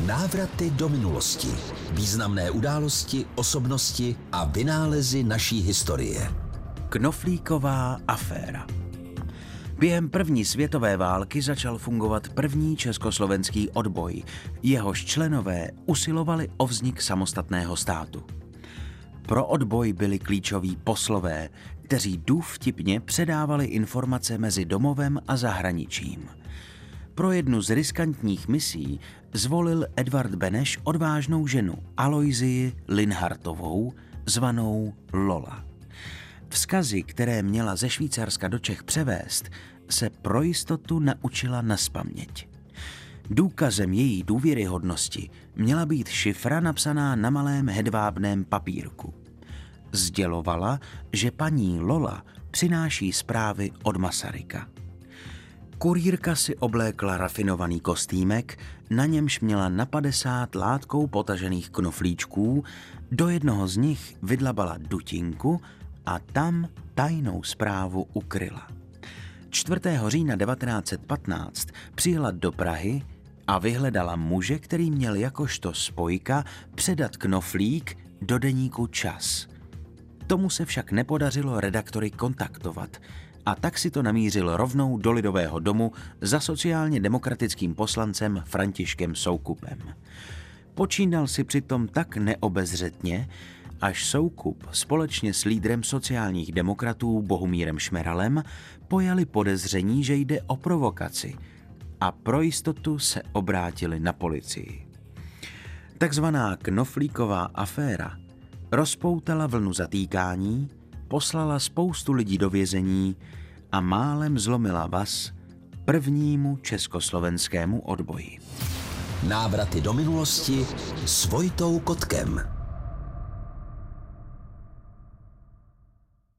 Návraty do minulosti. Významné události, osobnosti a vynálezy naší historie. Knoflíková aféra. Během první světové války začal fungovat první československý odboj. Jehož členové usilovali o vznik samostatného státu. Pro odboj byli klíčoví poslové, kteří důvtipně předávali informace mezi domovem a zahraničím. Pro jednu z riskantních misí zvolil Edvard Beneš odvážnou ženu Aloisii Linhartovou, zvanou Lola. Vzkazy, které měla ze Švýcarska do Čech převést, se pro jistotu naučila nazpaměť. Důkazem její důvěryhodnosti měla být šifra napsaná na malém hedvábném papírku. Sdělovala, že paní Lola přináší zprávy od Masaryka. Kurýrka si oblékla rafinovaný kostýmek, na němž měla na 50 látkou potažených knoflíčků, do jednoho z nich vydlabala dutinku a tam tajnou zprávu ukryla. 4. října 1915 přijela do Prahy a vyhledala muže, který měl jakožto spojka předat knoflík do deníku Čas. Tomu se však nepodařilo redaktory kontaktovat a tak si to namířil rovnou do Lidového domu za sociálně demokratickým poslancem Františkem Soukupem. Počínal si přitom tak neobezřetně, až Soukup společně s lídrem sociálních demokratů Bohumírem Šmeralem pojali podezření, že jde o provokaci a pro jistotu se obrátili na policii. Takzvaná knoflíková aféra rozpoutala vlnu zatýkání, poslala spoustu lidí do vězení a málem zlomila vaz prvnímu československému odboji. Návraty do minulosti s Vojtou Kotkem.